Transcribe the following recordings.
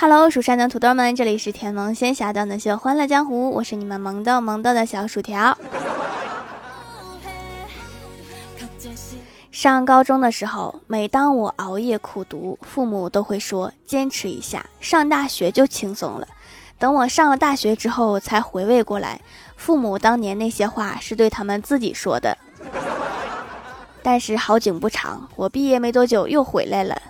Hello，蜀山的土豆们，这里是甜萌仙侠段的秀欢乐江湖，我是你们萌豆萌豆的小薯条。上高中的时候，每当我熬夜苦读，父母都会说坚持一下，上大学就轻松了。等我上了大学之后，才回味过来，父母当年那些话是对他们自己说的。但是好景不长，我毕业没多久又回来了。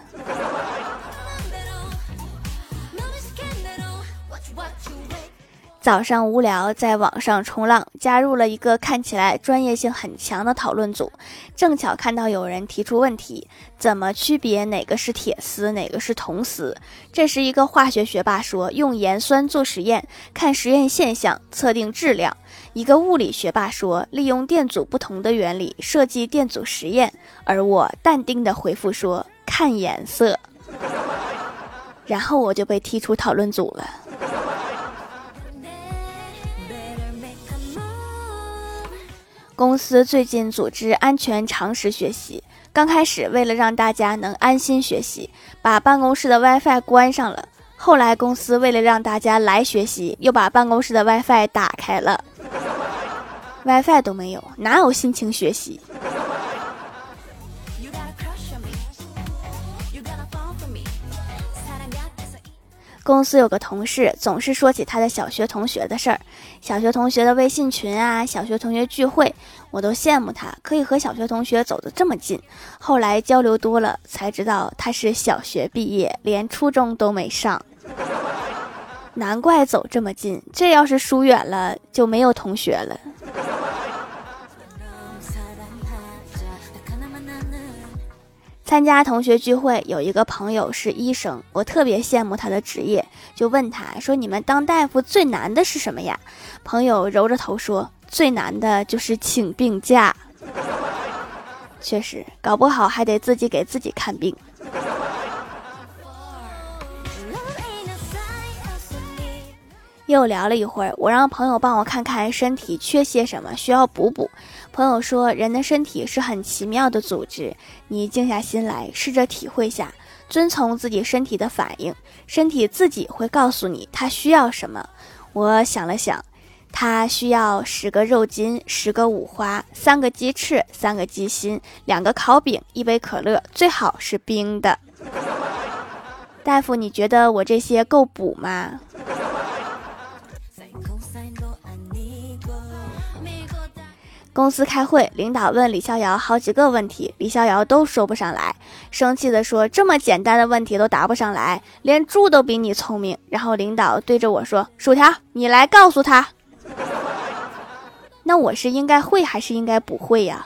早上无聊，在网上冲浪，加入了一个看起来专业性很强的讨论组。正巧看到有人提出问题，怎么区别哪个是铁丝，哪个是铜丝？这时一个化学学霸说，用盐酸做实验，看实验现象，测定质量。一个物理学霸说，利用电阻不同的原理设计电阻实验。而我淡定地回复说，看颜色。然后我就被踢出讨论组了。公司最近组织安全常识学习，刚开始为了让大家能安心学习，把办公室的 WiFi 关上了。后来公司为了让大家来学习，又把办公室的 WiFi 打开了。WiFi 都没有，哪有心情学习？公司有个同事总是说起他的小学同学的事儿，小学同学的微信群啊，小学同学聚会，我都羡慕他可以和小学同学走得这么近。后来交流多了，才知道他是小学毕业，连初中都没上。难怪走这么近，这要是疏远了，就没有同学了。参加同学聚会，有一个朋友是医生，我特别羡慕他的职业，就问他说，你们当大夫最难的是什么呀？朋友揉着头说，最难的就是请病假。确实，搞不好还得自己给自己看病。又聊了一会儿，我让朋友帮我看看身体缺些什么，需要补补。朋友说，人的身体是很奇妙的组织，你静下心来，试着体会下，遵从自己身体的反应，身体自己会告诉你它需要什么。我想了想，它需要10个肉筋，10个五花，3个鸡翅，3个鸡心，2个烤饼，1杯可乐，最好是冰的。大夫，你觉得我这些够补吗？公司开会，领导问李逍遥好几个问题，李逍遥都说不上来，生气地说，这么简单的问题都答不上来，连猪都比你聪明。然后领导对着我说，薯条，你来告诉他。那我是应该会还是应该不会呀？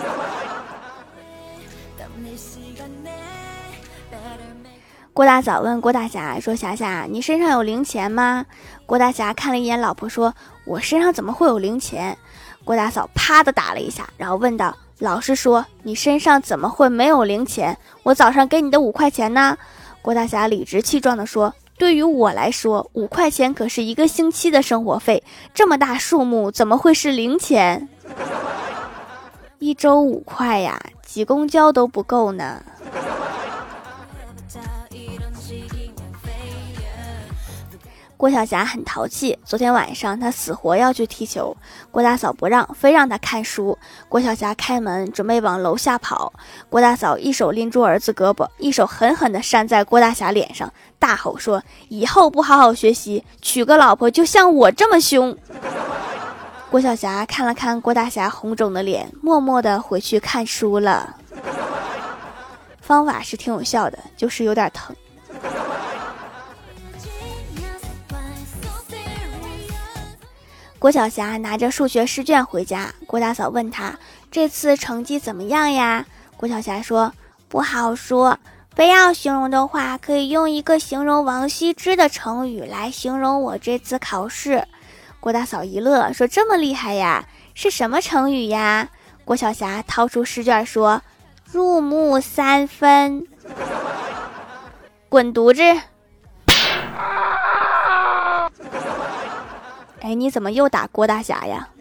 郭大嫂问郭大侠说，霞霞，你身上有零钱吗？郭大侠看了一眼老婆说，我身上怎么会有零钱？郭大嫂啪的打了一下，然后问道，老实说，你身上怎么会没有零钱？我早上给你的5块钱呢？郭大侠理直气壮地说，对于我来说，5块钱可是1个星期的生活费，这么大数目怎么会是零钱？1周5块呀，挤公交都不够呢。郭晓霞很淘气，昨天晚上她死活要去踢球，郭大嫂不让，非让她看书。郭晓霞开门准备往楼下跑，郭大嫂一手拎住儿子胳膊，一手狠狠地扇在郭大侠脸上，大吼说，以后不好好学习，娶个老婆就像我这么凶。郭晓霞看了看郭大侠红肿的脸，默默地回去看书了。方法是挺有效的，就是有点疼。郭晓霞拿着数学试卷回家，郭大嫂问她，这次成绩怎么样呀？郭晓霞说，不好说，非要形容的话，可以用一个形容王羲之的成语来形容我这次考试。郭大嫂一乐，说，这么厉害呀？是什么成语呀？郭晓霞掏出试卷说，入木3分。滚犊子！哎，你怎么又打郭大侠呀？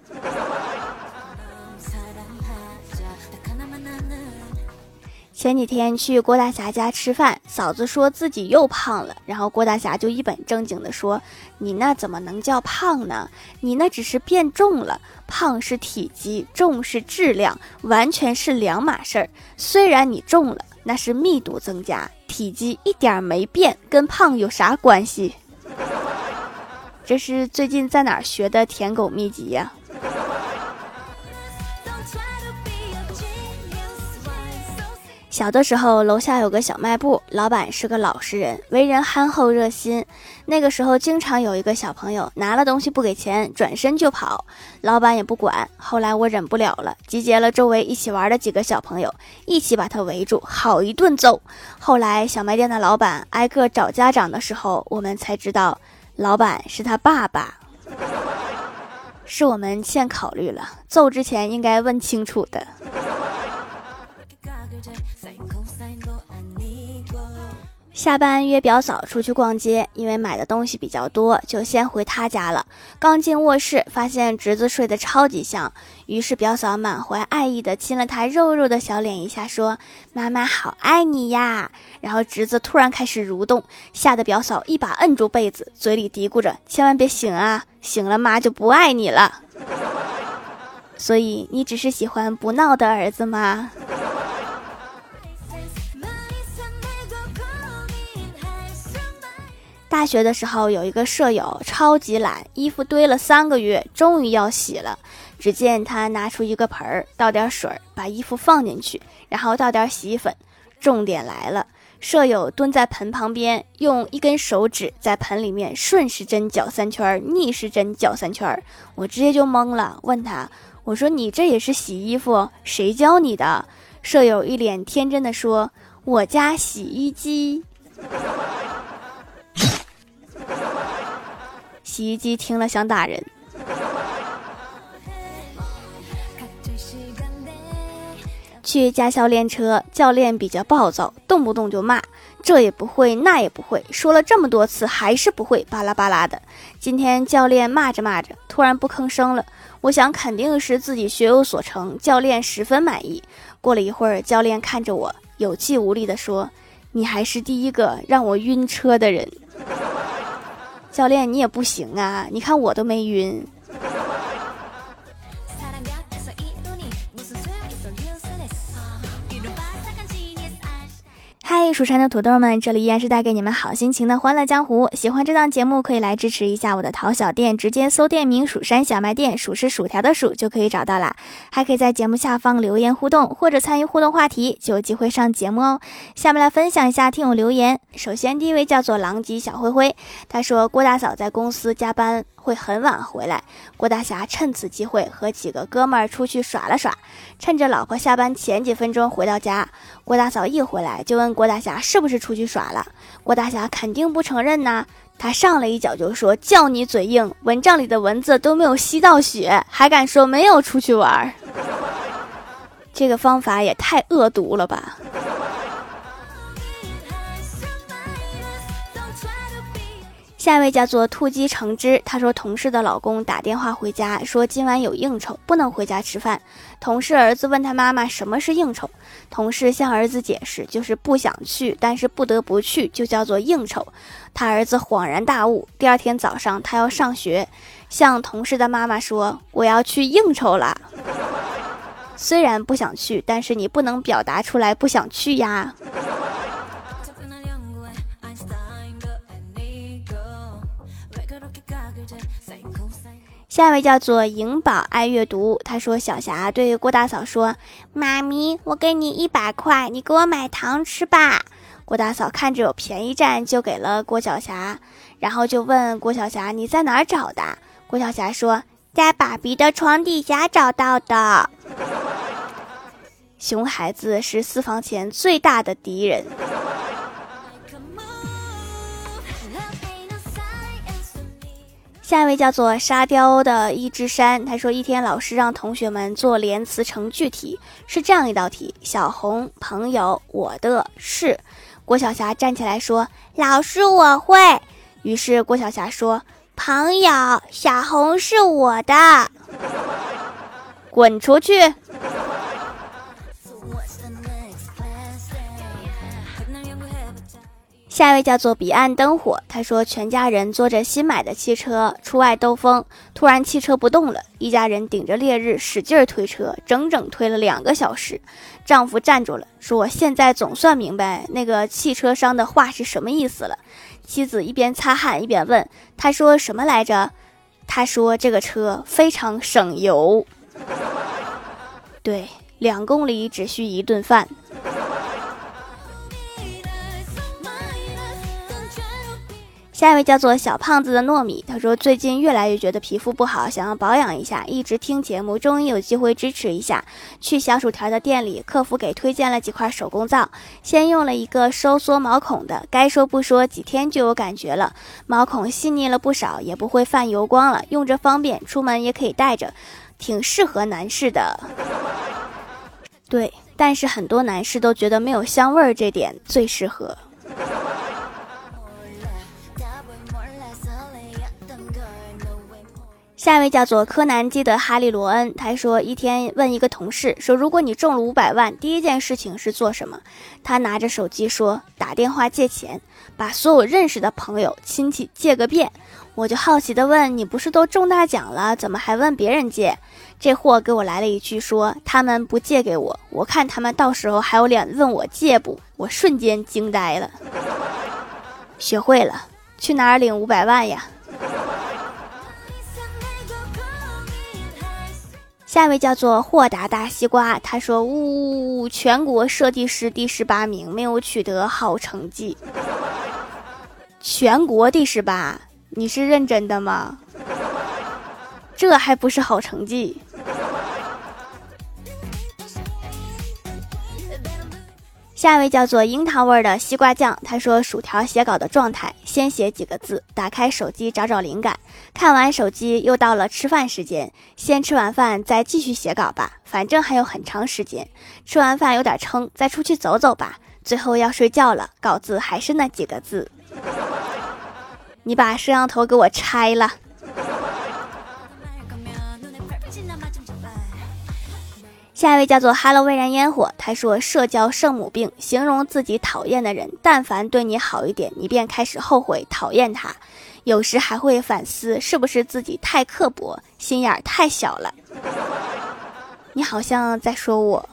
前几天去郭大侠家吃饭，嫂子说自己又胖了，然后郭大侠就一本正经地说，你那怎么能叫胖呢？你那只是变重了，胖是体积，重是质量，完全是两码事儿。虽然你重了，那是密度增加，体积一点没变，跟胖有啥关系？这是最近在哪儿学的舔狗秘籍呀？小的时候，楼下有个小卖部，老板是个老实人，为人憨厚热心。那个时候，经常有一个小朋友拿了东西不给钱，转身就跑，老板也不管。后来我忍不了了，集结了周围一起玩的几个小朋友，一起把他围住，好一顿揍。后来小卖店的老板挨个找家长的时候，我们才知道，老板是他爸爸。是我们欠考虑了，揍之前应该问清楚的。下班约表嫂出去逛街，因为买的东西比较多，就先回她家了。刚进卧室，发现侄子睡得超级香，于是表嫂满怀爱意的亲了他肉肉的小脸一下，说：“妈妈好爱你呀。”然后侄子突然开始蠕动，吓得表嫂一把摁住被子，嘴里嘀咕着：“千万别醒啊，醒了妈就不爱你了。”所以你只是喜欢不闹的儿子吗？大学的时候有一个舍友超级懒，衣服堆了3个月，终于要洗了。只见他拿出一个盆儿，倒点水，把衣服放进去，然后倒点洗衣粉。重点来了，舍友蹲在盆旁边，用一根手指在盆里面顺时针搅3圈，逆时针搅3圈。我直接就懵了，问他，我说你这也是洗衣服，谁教你的？舍友一脸天真的说，我家洗衣机。洗衣机听了想打人。去驾校练车，教练比较暴躁，动不动就骂，这也不会那也不会，说了这么多次还是不会，巴拉巴拉的。今天教练骂着骂着突然不吭声了，我想肯定是自己学有所成，教练十分满意。过了一会儿，教练看着我有气无力地说，你还是第一个让我晕车的人。教练你也不行啊，你看我都没晕。嗨，蜀山的土豆们，这里依然是带给你们好心情的欢乐江湖。喜欢这档节目可以来支持一下我的淘小店，直接搜店名蜀山小卖店，蜀是薯条的蜀就可以找到啦。还可以在节目下方留言互动，或者参与互动话题，就有机会上节目哦。下面来分享一下听友留言。首先第一位叫做狼藉小灰灰，他说郭大嫂在公司加班会很晚回来，郭大侠趁此机会和几个哥们儿出去耍了耍，趁着老婆下班前几分钟回到家，郭大嫂一回来就问郭大侠是不是出去耍了。郭大侠肯定不承认呐，他上了一脚就说，叫你嘴硬，蚊帐里的蚊子都没有吸到血，还敢说没有出去玩。这个方法也太恶毒了吧。下一位叫做兔鸡橙汁，他说同事的老公打电话回家说今晚有应酬，不能回家吃饭。同事儿子问他妈妈什么是应酬，同事向儿子解释，就是不想去但是不得不去就叫做应酬。他儿子恍然大悟，第二天早上他要上学，向同事的妈妈说，我要去应酬了。虽然不想去，但是你不能表达出来不想去呀。下一位叫做颖宝爱阅读，他说小霞对郭大嫂说，妈咪我给你100块，你给我买糖吃吧。郭大嫂看着有便宜占就给了郭小霞，然后就问郭小霞你在哪儿找的。郭小霞说，在爸比的床底下找到的。熊孩子是私房钱最大的敌人。下一位叫做沙雕的一只山，他说一天老师让同学们做连词成句题，是这样一道题，小红朋友我的是。郭晓霞站起来说，老师我会。于是郭晓霞说，朋友小红是我的。滚出去。 下一位叫做彼岸灯火，他说全家人坐着新买的汽车出外兜风，突然汽车不动了，一家人顶着烈日使劲推车，整整推了2个小时。丈夫站住了，说我现在总算明白那个汽车商的话是什么意思了。妻子一边擦汗一边问，他说什么来着？他说这个车非常省油。对，2公里只需1顿饭。下一位叫做小胖子的糯米，他说最近越来越觉得皮肤不好，想要保养一下，一直听节目，终于有机会支持一下。去小薯条的店里，客服给推荐了几块手工皂，先用了一个收缩毛孔的，该说不说，几天就有感觉了，毛孔细腻了不少，也不会泛油光了，用着方便，出门也可以带着，挺适合男士的。对，但是很多男士都觉得没有香味儿，这点最适合。下一位叫做柯南基的哈利罗恩，他说一天问一个同事说，如果你中了500万，第一件事情是做什么？他拿着手机说，打电话借钱，把所有认识的朋友亲戚借个遍。我就好奇的问，你不是都中大奖了，怎么还问别人借？这货给我来了一句说，他们不借给我，我看他们到时候还有脸问我借不？我瞬间惊呆了。学会了，去哪儿领500万呀？下一位叫做豁达大西瓜，他说呜，全国设计师第18名，没有取得好成绩。全国第18，你是认真的吗？这还不是好成绩。下一位叫做樱桃味的西瓜酱，他说薯条写稿的状态，先写几个字，打开手机找找灵感，看完手机又到了吃饭时间，先吃完饭再继续写稿吧，反正还有很长时间，吃完饭有点撑，再出去走走吧，最后要睡觉了，稿子还是那几个字。你把摄像头给我拆了。下一位叫做哈喽微燃烟火，他说社交圣母病，形容自己讨厌的人，但凡对你好一点，你便开始后悔讨厌他，有时还会反思是不是自己太刻薄，心眼太小了。你好像在说我。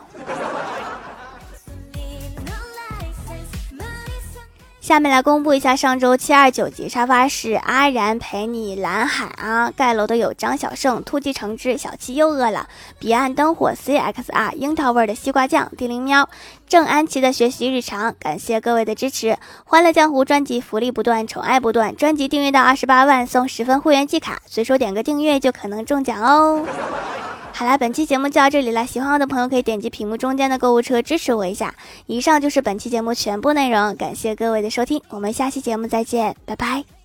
下面来公布一下上周729集沙发是阿然陪你蓝海啊，盖楼的有张小胜、突击橙汁、小七又饿了、彼岸灯火 CXR、樱桃味的西瓜酱、地灵喵、郑安琪的学习日常，感谢各位的支持。欢乐江湖专辑福利不断，宠爱不断，专辑订阅到28万送10分会员季卡，随手点个订阅就可能中奖哦。好啦，本期节目就到这里了，喜欢我的朋友可以点击屏幕中间的购物车支持我一下。以上就是本期节目全部内容，感谢各位的收听，我们下期节目再见，拜拜。